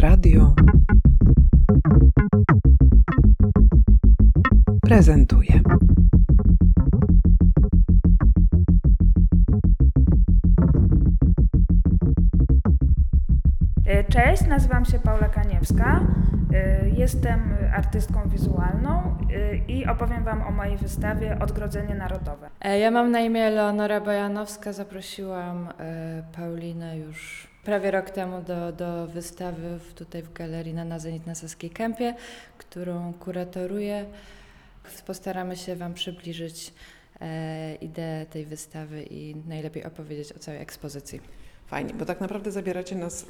Radio prezentuje. Cześć, nazywam się Paula Kaniewska, jestem artystką wizualną i opowiem Wam o mojej wystawie Odgrodzenie Narodowe. Ja mam na imię Leonora Bojanowska, zaprosiłam Paulinę już prawie rok temu do wystawy tutaj w galerii na Zenit na Saskiej Kępie, którą kuratoruję. Postaramy się Wam przybliżyć ideę tej wystawy i najlepiej opowiedzieć o całej ekspozycji. Fajnie, bo tak naprawdę zabieracie nas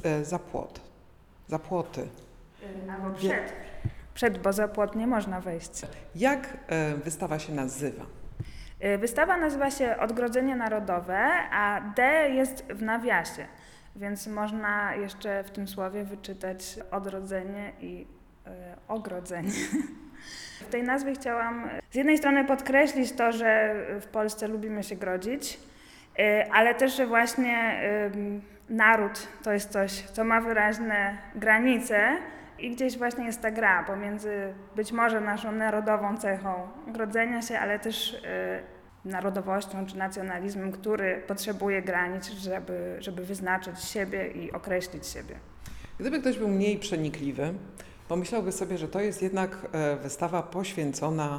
za płoty. Albo przed, bo za płot nie można wejść. Jak wystawa się nazywa? Wystawa nazywa się Odgrodzenie Narodowe, a D jest w nawiasie, więc można jeszcze w tym słowie wyczytać odrodzenie i ogrodzenie. W tej nazwie chciałam z jednej strony podkreślić to, że w Polsce lubimy się grodzić, ale też, że właśnie naród to jest coś, co ma wyraźne granice i gdzieś właśnie jest ta gra pomiędzy być może naszą narodową cechą grodzenia się, ale też narodowością czy nacjonalizmem, który potrzebuje granic, żeby wyznaczyć siebie i określić siebie. Gdyby ktoś był mniej przenikliwy, pomyślałby sobie, że to jest jednak wystawa poświęcona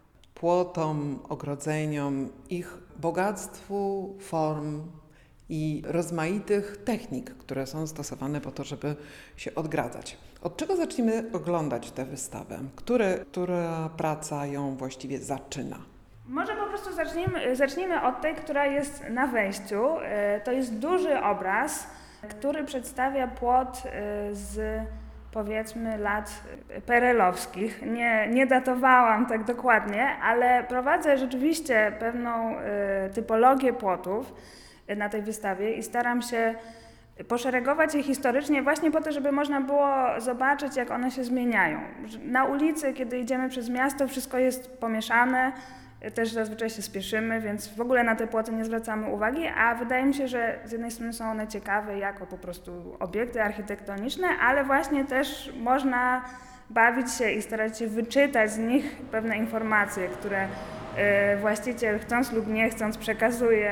płotom, ogrodzeniom, ich bogactwu form i rozmaitych technik, które są stosowane po to, żeby się odgradzać. Od czego zaczniemy oglądać tę wystawę? Która praca ją właściwie zaczyna? Może po prostu zacznijmy od tej, która jest na wejściu. To jest duży obraz, który przedstawia płot z powiedzmy lat PRL-owskich. Nie datowałam tak dokładnie, ale prowadzę rzeczywiście pewną typologię płotów na tej wystawie i staram się poszeregować je historycznie właśnie po to, żeby można było zobaczyć, jak one się zmieniają. Na ulicy, kiedy idziemy przez miasto, wszystko jest pomieszane, też zazwyczaj się spieszymy, więc w ogóle na te płoty nie zwracamy uwagi, a wydaje mi się, że z jednej strony są one ciekawe jako po prostu obiekty architektoniczne, ale właśnie też można bawić się i starać się wyczytać z nich pewne informacje, które właściciel chcąc lub nie chcąc przekazuje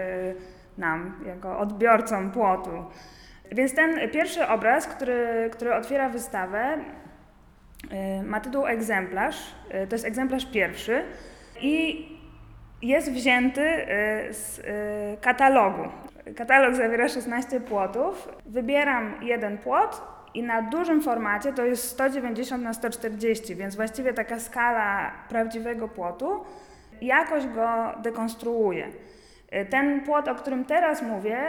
nam, jako odbiorcom płotu. Więc ten pierwszy obraz, który otwiera wystawę, ma tytuł Egzemplarz, to jest egzemplarz pierwszy i jest wzięty z katalogu. Katalog zawiera 16 płotów, wybieram jeden płot i na dużym formacie, to jest 190 na 140, więc właściwie taka skala prawdziwego płotu, jakoś go dekonstruuję. Ten płot, o którym teraz mówię,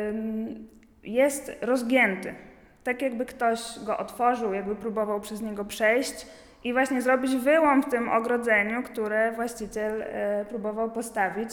jest rozgięty. Tak jakby ktoś go otworzył, jakby próbował przez niego przejść i właśnie zrobić wyłom w tym ogrodzeniu, które właściciel próbował postawić,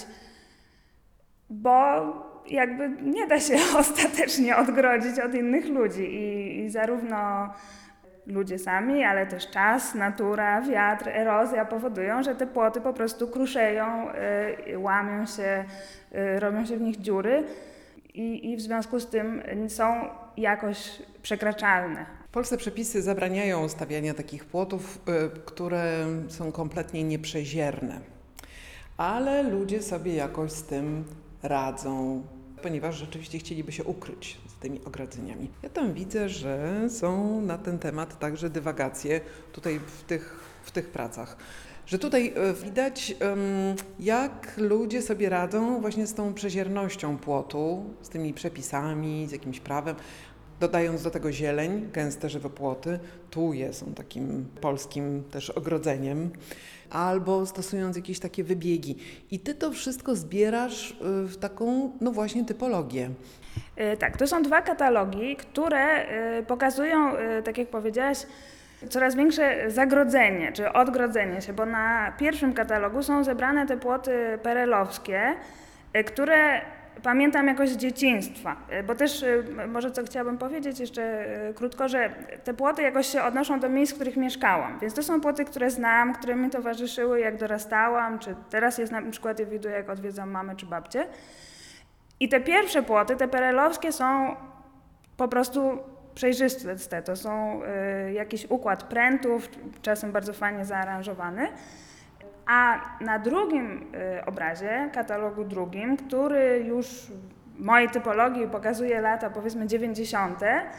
bo jakby nie da się ostatecznie odgrodzić od innych ludzi i zarówno ludzie sami, ale też czas, natura, wiatr, erozja powodują, że te płoty po prostu kruszeją, łamią się, robią się w nich dziury i w związku z tym są jakoś przekraczalne. W Polsce przepisy zabraniają stawiania takich płotów, które są kompletnie nieprzezierne, ale ludzie sobie jakoś z tym radzą, ponieważ rzeczywiście chcieliby się ukryć z tymi ogrodzeniami. Ja tam widzę, że są na ten temat także dywagacje tutaj w tych pracach. Że tutaj widać, jak ludzie sobie radzą właśnie z tą przeziernością płotu, z tymi przepisami, z jakimś prawem, dodając do tego zieleń, gęste, żywe płoty, tuje są takim polskim też ogrodzeniem, albo stosując jakieś takie wybiegi. I ty to wszystko zbierasz w taką, no właśnie, typologię. Tak, to są dwa katalogi, które pokazują, tak jak powiedziałaś, coraz większe zagrodzenie, czy odgrodzenie się, bo na pierwszym katalogu są zebrane te płoty PRL-owskie, które pamiętam jakoś z dzieciństwa, bo też może co chciałabym powiedzieć jeszcze krótko, że te płoty jakoś się odnoszą do miejsc, w których mieszkałam, więc to są płoty, które znam, które mi towarzyszyły jak dorastałam, czy teraz jest na przykład je widuję, jak odwiedzam mamę czy babcię. I te pierwsze płoty, te PRL-owskie są po prostu przejrzyste. To są jakiś układ prętów, czasem bardzo fajnie zaaranżowany. A na drugim obrazie, katalogu drugim, który już w mojej typologii pokazuje lata powiedzmy 90.,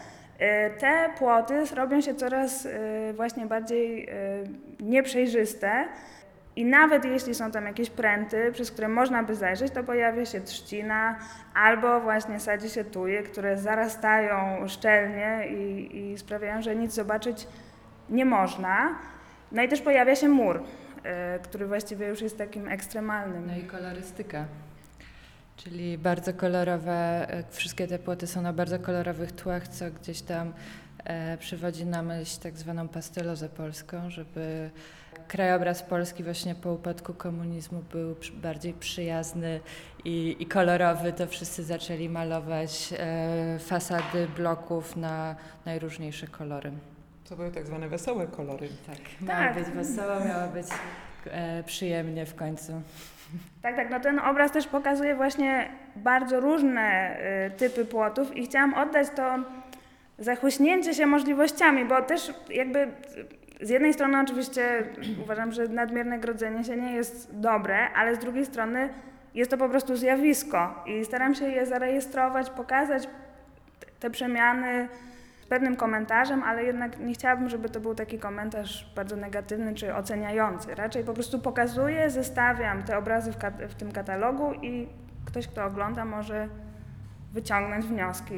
te płoty robią się coraz właśnie bardziej nieprzejrzyste i nawet jeśli są tam jakieś pręty, przez które można by zajrzeć, to pojawia się trzcina albo właśnie sadzi się tuje, które zarastają szczelnie i sprawiają, że nic zobaczyć nie można. No i też pojawia się mur, który właściwie już jest takim ekstremalnym. No i kolorystyka. Czyli bardzo kolorowe, wszystkie te płoty są na bardzo kolorowych tłach, co gdzieś tam przywodzi na myśl tak zwaną pastelozę polską, żeby krajobraz Polski właśnie po upadku komunizmu był bardziej przyjazny i kolorowy, to wszyscy zaczęli malować fasady bloków na najróżniejsze kolory. To były tak zwane wesołe kolory. Tak, miało Tak. być wesoło, miało być przyjemnie w końcu. Tak, no ten obraz też pokazuje właśnie bardzo różne typy płotów i chciałam oddać to zachłyśnięcie się możliwościami, bo też jakby z jednej strony oczywiście uważam, że nadmierne grodzenie się nie jest dobre, ale z drugiej strony jest to po prostu zjawisko i staram się je zarejestrować, pokazać te przemiany z pewnym komentarzem, ale jednak nie chciałabym, żeby to był taki komentarz bardzo negatywny czy oceniający. Raczej po prostu pokazuję, zestawiam te obrazy w tym katalogu i ktoś, kto ogląda, może wyciągnąć wnioski.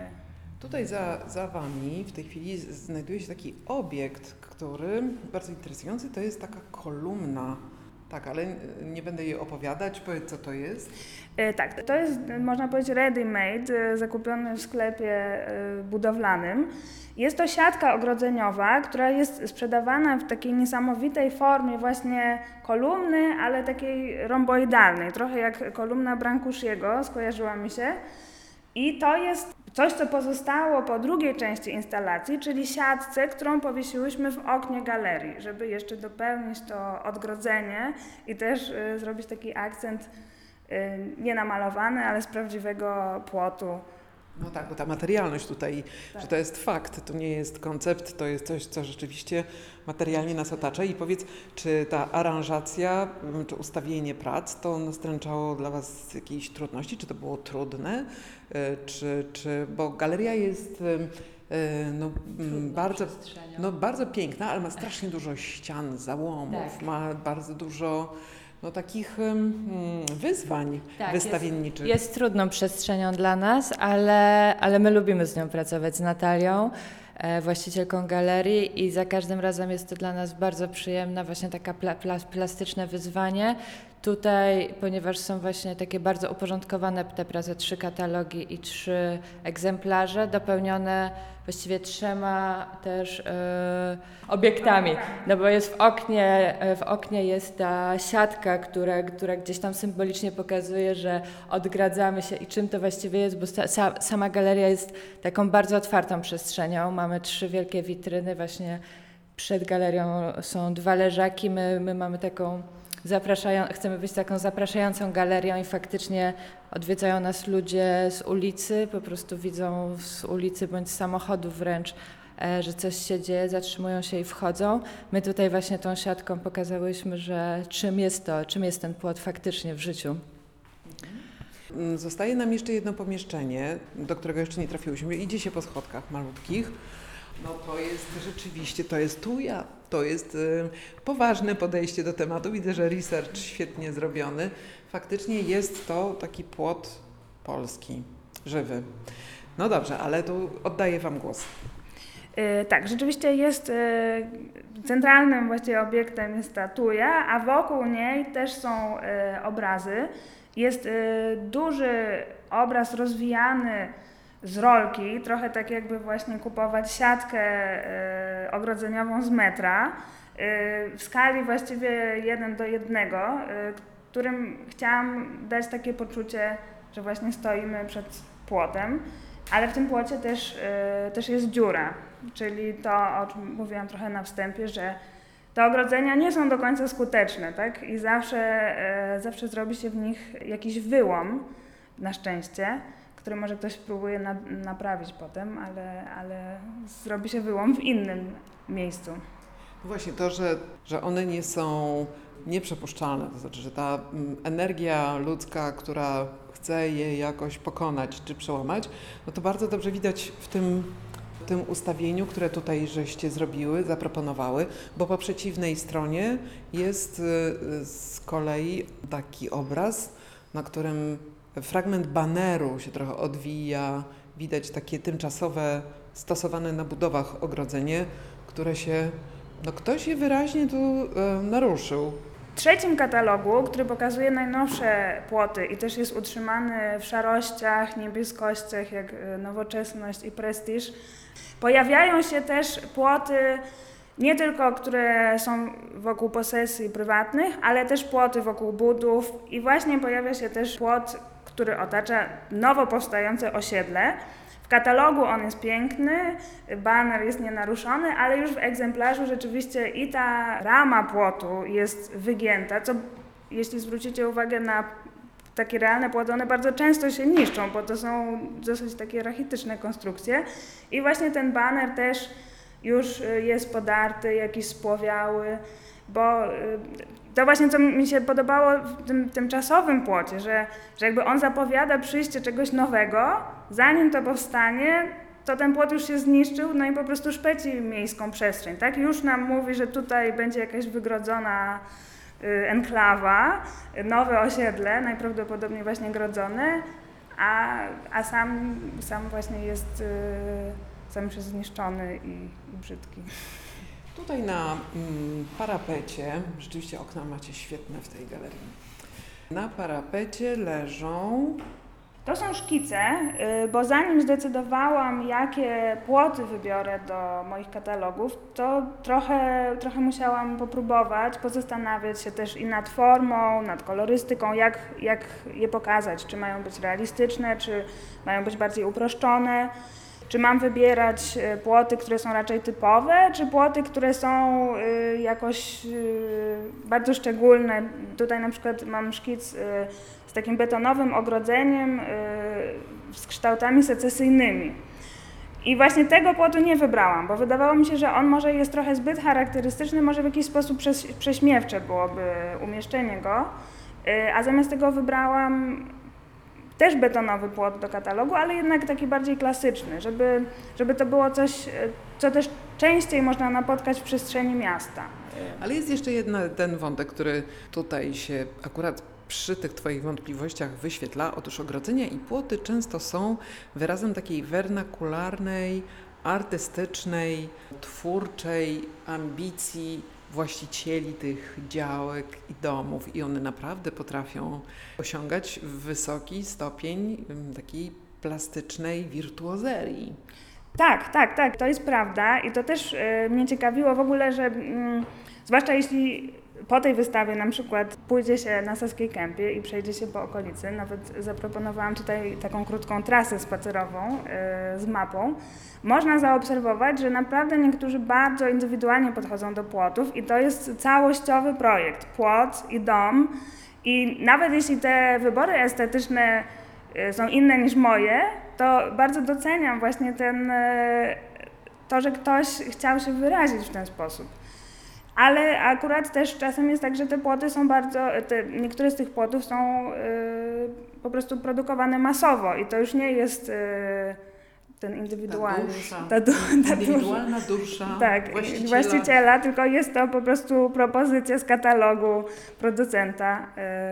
Tutaj za Wami w tej chwili znajduje się taki obiekt, który bardzo interesujący, to jest taka kolumna. Tak, ale nie będę jej opowiadać. Powiedz, co to jest. Tak, to jest, można powiedzieć, ready-made, zakupiony w sklepie budowlanym. Jest to siatka ogrodzeniowa, która jest sprzedawana w takiej niesamowitej formie właśnie kolumny, ale takiej romboidalnej, trochę jak kolumna Brancusiego, skojarzyła mi się. I to jest coś, co pozostało po drugiej części instalacji, czyli siatce, którą powiesiłyśmy w oknie galerii, żeby jeszcze dopełnić to odgrodzenie i też zrobić taki akcent nie namalowany, ale z prawdziwego płotu. No tak, bo ta materialność tutaj, Tak. że to jest fakt, to nie jest koncept, to jest coś, co rzeczywiście materialnie nas otacza. I powiedz, czy ta aranżacja, czy ustawienie prac, to nastręczało dla Was jakieś trudności? Czy to było trudne? Bo galeria jest bardzo piękna, ale ma strasznie dużo ścian, załomów, Tak. ma bardzo dużo takich wyzwań wystawienniczych. Jest trudną przestrzenią dla nas, ale my lubimy z nią pracować, z Natalią, właścicielką galerii i za każdym razem jest to dla nas bardzo przyjemne, właśnie taka plastyczne wyzwanie. Tutaj, ponieważ są właśnie takie bardzo uporządkowane te prace, 3 katalogi i 3 egzemplarze, dopełnione właściwie 3 też obiektami, no bo jest w oknie jest ta siatka, która gdzieś tam symbolicznie pokazuje, że odgradzamy się i czym to właściwie jest, bo sama galeria jest taką bardzo otwartą przestrzenią. Mamy 3 wielkie witryny, właśnie przed galerią są 2 leżaki, my mamy taką chcemy być taką zapraszającą galerią i faktycznie odwiedzają nas ludzie z ulicy, po prostu widzą z ulicy bądź z samochodów wręcz, że coś się dzieje, zatrzymują się i wchodzą. My tutaj właśnie tą siatką pokazałyśmy, że czym jest ten płot faktycznie w życiu. Zostaje nam jeszcze jedno pomieszczenie, do którego jeszcze nie trafiłyśmy. Idzie się po schodkach malutkich. No to jest rzeczywiście, to jest tuja, to jest poważne podejście do tematu. Widzę, że research świetnie zrobiony. Faktycznie jest to taki płot polski, żywy. No dobrze, ale tu oddaję Wam głos. Tak, rzeczywiście jest centralnym właściwie obiektem jest ta tuja, a wokół niej też są obrazy. Jest duży obraz rozwijany z rolki, trochę tak jakby właśnie kupować siatkę ogrodzeniową z metra, w skali właściwie 1:1, którym chciałam dać takie poczucie, że właśnie stoimy przed płotem, ale w tym płocie też jest dziura, czyli to, o czym mówiłam trochę na wstępie, że te ogrodzenia nie są do końca skuteczne, tak? I zawsze zrobi się w nich jakiś wyłom, na szczęście, który może ktoś próbuje naprawić potem, ale zrobi się wyłom w innym miejscu. Właśnie to, że one nie są nieprzepuszczalne, to znaczy, że ta energia ludzka, która chce je jakoś pokonać czy przełamać, no to bardzo dobrze widać w tym ustawieniu, które tutaj żeście zrobiły, zaproponowały, bo po przeciwnej stronie jest z kolei taki obraz, na którym fragment baneru się trochę odwija, widać takie tymczasowe, stosowane na budowach ogrodzenie, które się, no ktoś je wyraźnie tu naruszył. W trzecim katalogu, który pokazuje najnowsze płoty i też jest utrzymany w szarościach, niebieskościach jak nowoczesność i prestiż, pojawiają się też płoty nie tylko, które są wokół posesji prywatnych, ale też płoty wokół budów i właśnie pojawia się też płot, który otacza nowo powstające osiedle. W katalogu on jest piękny, baner jest nienaruszony, ale już w egzemplarzu rzeczywiście i ta rama płotu jest wygięta, co jeśli zwrócicie uwagę na takie realne płoty, one bardzo często się niszczą, bo to są dosyć takie rachityczne konstrukcje i właśnie ten baner też już jest podarty, jakiś spłowiały, bo to właśnie co mi się podobało w tym tymczasowym płocie, że jakby on zapowiada przyjście czegoś nowego, zanim to powstanie, to ten płot już się zniszczył, no i po prostu szpeci miejską przestrzeń, tak? Już nam mówi, że tutaj będzie jakaś wygrodzona enklawa, nowe osiedle, najprawdopodobniej właśnie grodzone, a sam właśnie jest sam już jest zniszczony i brzydki. Tutaj na parapecie, rzeczywiście okna macie świetne w tej galerii, na parapecie leżą... To są szkice, bo zanim zdecydowałam, jakie płoty wybiorę do moich katalogów, to trochę musiałam popróbować, pozastanawiać się też i nad formą, nad kolorystyką, jak je pokazać, czy mają być realistyczne, czy mają być bardziej uproszczone. Czy mam wybierać płoty, które są raczej typowe, czy płoty, które są jakoś bardzo szczególne? Tutaj na przykład mam szkic z takim betonowym ogrodzeniem z kształtami secesyjnymi. I właśnie tego płotu nie wybrałam, bo wydawało mi się, że on może jest trochę zbyt charakterystyczny, może w jakiś sposób prześmiewcze byłoby umieszczenie go, a zamiast tego wybrałam też betonowy płot do katalogu, ale jednak taki bardziej klasyczny, żeby to było coś, co też częściej można napotkać w przestrzeni miasta. Ale jest jeszcze ten wątek, który tutaj się akurat przy tych Twoich wątpliwościach wyświetla. Otóż ogrodzenia i płoty często są wyrazem takiej wernakularnej, artystycznej, twórczej ambicji właścicieli tych działek i domów i one naprawdę potrafią osiągać wysoki stopień takiej plastycznej wirtuozerii. Tak, to jest prawda i to też mnie ciekawiło w ogóle, że zwłaszcza jeśli po tej wystawie na przykład pójdzie się na Saskiej Kępie i przejdzie się po okolicy, nawet zaproponowałam tutaj taką krótką trasę spacerową z mapą, można zaobserwować, że naprawdę niektórzy bardzo indywidualnie podchodzą do płotów i to jest całościowy projekt, płot i dom i nawet jeśli te wybory estetyczne są inne niż moje, to bardzo doceniam właśnie to, że ktoś chciał się wyrazić w ten sposób. Ale akurat też czasem jest tak, że te płoty są niektóre z tych płotów są po prostu produkowane masowo i to już nie jest ten indywidualizm. Indywidualna dusza właściciela, tylko jest to po prostu propozycja z katalogu producenta.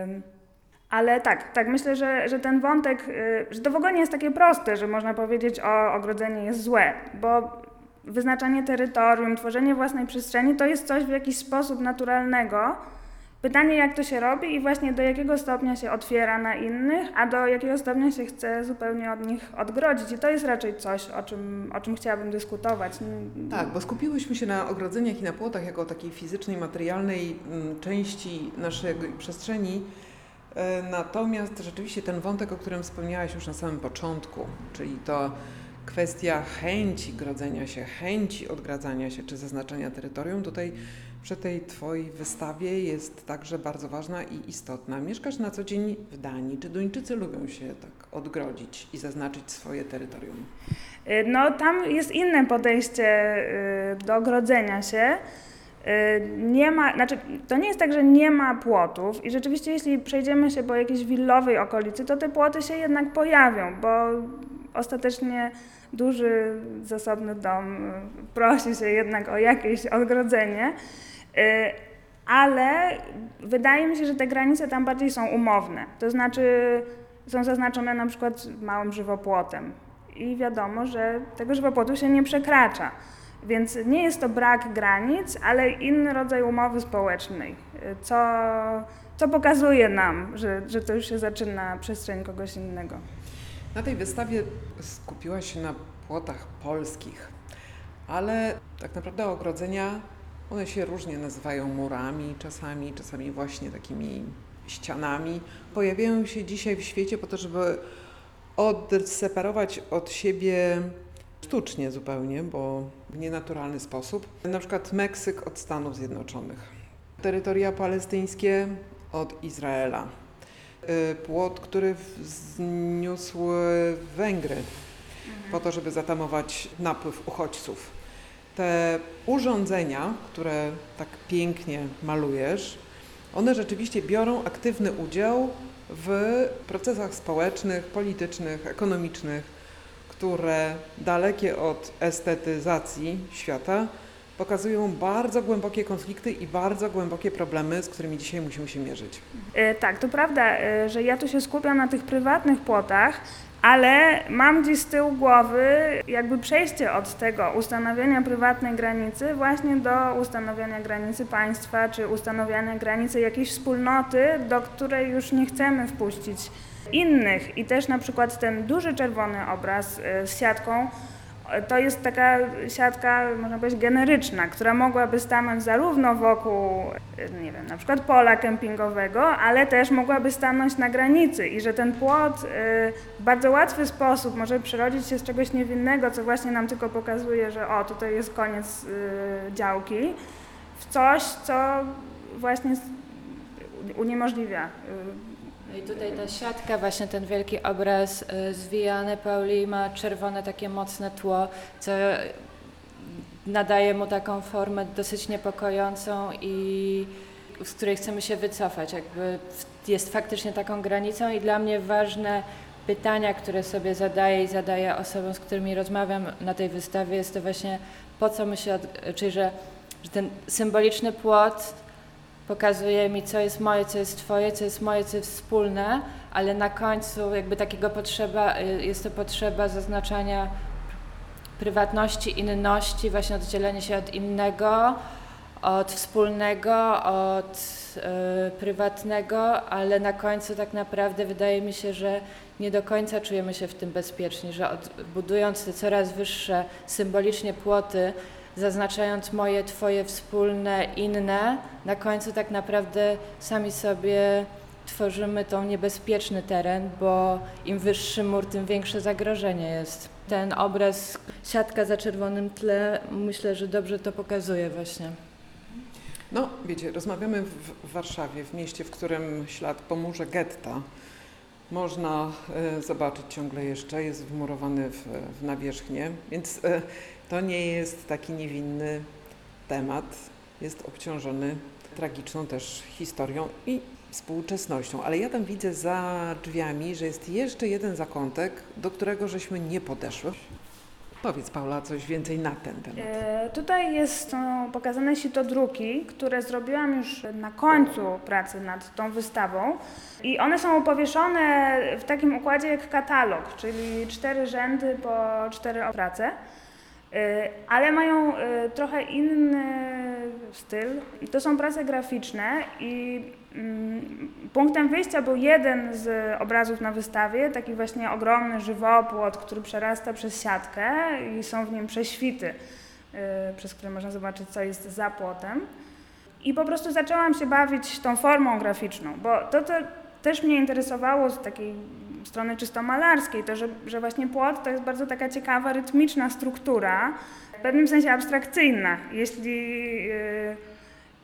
Ale tak, myślę, że ten wątek, że to w ogóle nie jest takie proste, że można powiedzieć, ogrodzenie jest złe, bo wyznaczanie terytorium, tworzenie własnej przestrzeni to jest coś w jakiś sposób naturalnego. Pytanie, jak to się robi i właśnie do jakiego stopnia się otwiera na innych, a do jakiego stopnia się chce zupełnie od nich odgrodzić. I to jest raczej coś, o czym chciałabym dyskutować. Tak, bo skupiłyśmy się na ogrodzeniach i na płotach jako takiej fizycznej, materialnej części naszej przestrzeni. Natomiast rzeczywiście ten wątek, o którym wspomniałaś już na samym początku, czyli to kwestia chęci grodzenia się, chęci odgradzania się czy zaznaczenia terytorium, tutaj przy tej Twojej wystawie jest także bardzo ważna i istotna. Mieszkasz na co dzień w Danii. Czy Duńczycy lubią się tak odgrodzić i zaznaczyć swoje terytorium? No tam jest inne podejście do ogrodzenia się. Nie ma, znaczy, to nie jest tak, że nie ma płotów i rzeczywiście jeśli przejdziemy się po jakiejś willowej okolicy, to te płoty się jednak pojawią, bo ostatecznie duży, zasobny dom prosi się jednak o jakieś odgrodzenie, ale wydaje mi się, że te granice tam bardziej są umowne, to znaczy są zaznaczone na przykład małym żywopłotem i wiadomo, że tego żywopłotu się nie przekracza. Więc nie jest to brak granic, ale inny rodzaj umowy społecznej, co pokazuje nam, że to już się zaczyna przestrzeń kogoś innego. Na tej wystawie skupiłaś się na płotach polskich, ale tak naprawdę ogrodzenia, one się różnie nazywają murami, czasami właśnie takimi ścianami. Pojawiają się dzisiaj w świecie po to, żeby odseparować od siebie sztucznie zupełnie, bo w nienaturalny sposób. Na przykład Meksyk od Stanów Zjednoczonych, terytoria palestyńskie od Izraela, płot, który zniósł Węgry po to, żeby zatamować napływ uchodźców. Te urządzenia, które tak pięknie malujesz, one rzeczywiście biorą aktywny udział w procesach społecznych, politycznych, ekonomicznych, które dalekie od estetyzacji świata pokazują bardzo głębokie konflikty i bardzo głębokie problemy, z którymi dzisiaj musimy się mierzyć. Tak, to prawda, że ja tu się skupiam na tych prywatnych płotach, ale mam gdzieś z tyłu głowy jakby przejście od tego ustanawiania prywatnej granicy właśnie do ustanawiania granicy państwa, czy ustanawiania granicy jakiejś wspólnoty, do której już nie chcemy wpuścić innych. I też na przykład ten duży czerwony obraz z siatką, to jest taka siatka, można powiedzieć, generyczna, która mogłaby stanąć zarówno wokół, nie wiem, na przykład pola kempingowego, ale też mogłaby stanąć na granicy i że ten płot w bardzo łatwy sposób może przerodzić się z czegoś niewinnego, co właśnie nam tylko pokazuje, że o, tutaj jest koniec działki, w coś, co właśnie uniemożliwia. No i tutaj ta siatka, właśnie ten wielki obraz zwijany Pauli ma czerwone takie mocne tło, co nadaje mu taką formę dosyć niepokojącą i z której chcemy się wycofać. Jakby jest faktycznie taką granicą i dla mnie ważne pytania, które sobie zadaję i zadaję osobom, z którymi rozmawiam na tej wystawie, jest to właśnie po co my się, czyli że ten symboliczny płot pokazuje mi, co jest moje, co jest twoje, co jest moje, co jest wspólne, ale na końcu jakby takiego jest to potrzeba zaznaczania prywatności, inności, właśnie oddzielenia się od innego, od wspólnego, od prywatnego, ale na końcu tak naprawdę wydaje mi się, że nie do końca czujemy się w tym bezpieczni, że budując te coraz wyższe symbolicznie płoty, zaznaczając moje, twoje, wspólne, inne, na końcu tak naprawdę sami sobie tworzymy tą niebezpieczny teren, bo im wyższy mur, tym większe zagrożenie jest. Ten obraz, siatka za czerwonym tle, myślę, że dobrze to pokazuje właśnie. No, wiecie, rozmawiamy w Warszawie, w mieście, w którym ślad po murze getta można zobaczyć ciągle jeszcze, jest wmurowany w nawierzchnię, więc to nie jest taki niewinny temat, jest obciążony tragiczną też historią i współczesnością, ale ja tam widzę za drzwiami, że jest jeszcze jeden zakątek, do którego żeśmy nie podeszły. Powiedz, Paula, coś więcej na ten temat. Tutaj są pokazane sitodruki, które zrobiłam już na końcu pracy nad tą wystawą i one są powieszone w takim układzie jak katalog, czyli 4 rzędy po 4 prace, ale mają trochę inny styl. To są prace graficzne i punktem wyjścia był jeden z obrazów na wystawie, taki właśnie ogromny żywopłot, który przerasta przez siatkę i są w nim prześwity, przez które można zobaczyć, co jest za płotem. I po prostu zaczęłam się bawić tą formą graficzną, bo to też mnie interesowało z takiej strony czysto malarskiej, to, że właśnie płot to jest bardzo taka ciekawa, rytmiczna struktura, w pewnym sensie abstrakcyjna.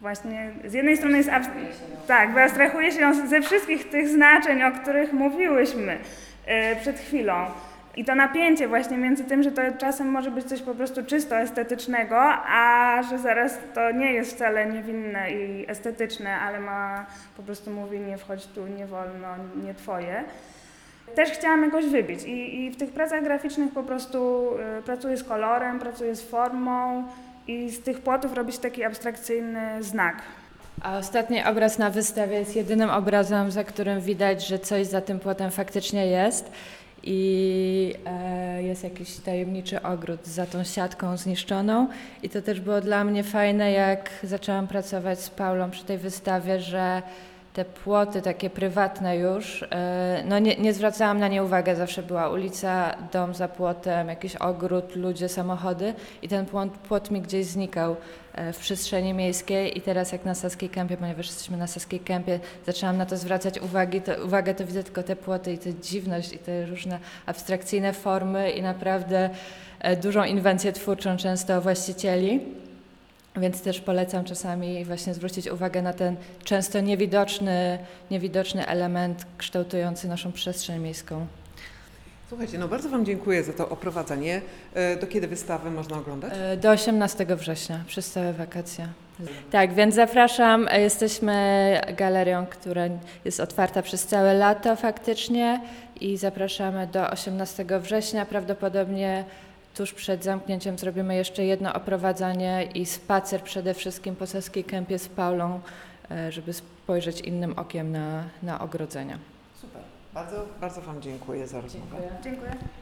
właśnie z jednej strony jest tak, wyabstrahuje się ze wszystkich tych znaczeń, o których mówiłyśmy przed chwilą. I to napięcie właśnie między tym, że to czasem może być coś po prostu czysto estetycznego, a że zaraz to nie jest wcale niewinne i estetyczne, ale ma po prostu mówi nie wchodź tu, nie wolno, nie twoje. Też chciałam jakoś wybić i w tych pracach graficznych po prostu pracuję z kolorem, pracuję z formą i z tych płotów robić taki abstrakcyjny znak. A ostatni obraz na wystawie jest jedynym obrazem, za którym widać, że coś za tym płotem faktycznie jest. I jest jakiś tajemniczy ogród za tą siatką zniszczoną i to też było dla mnie fajne, jak zaczęłam pracować z Paulą przy tej wystawie, że te płoty takie prywatne już, no nie zwracałam na nie uwagi, zawsze była ulica, dom za płotem, jakiś ogród, ludzie, samochody i ten płot mi gdzieś znikał w przestrzeni miejskiej i teraz jak na Saskiej Kępie, ponieważ jesteśmy na Saskiej Kępie, zaczęłam na to zwracać uwagę, to widzę tylko te płoty i tę dziwność i te różne abstrakcyjne formy i naprawdę dużą inwencję twórczą często właścicieli. Więc też polecam czasami właśnie zwrócić uwagę na ten często niewidoczny element kształtujący naszą przestrzeń miejską. Słuchajcie, no bardzo Wam dziękuję za to oprowadzenie. Do kiedy wystawę można oglądać? Do 18 września, przez całe wakacje. Tak, więc zapraszam. Jesteśmy galerią, która jest otwarta przez całe lato faktycznie i zapraszamy do 18 września. Prawdopodobnie tuż przed zamknięciem zrobimy jeszcze jedno oprowadzanie i spacer przede wszystkim po Saskiej Kępie z Paulą, żeby spojrzeć innym okiem na ogrodzenia. Super. Bardzo Wam dziękuję za rozmowę. Dziękuję.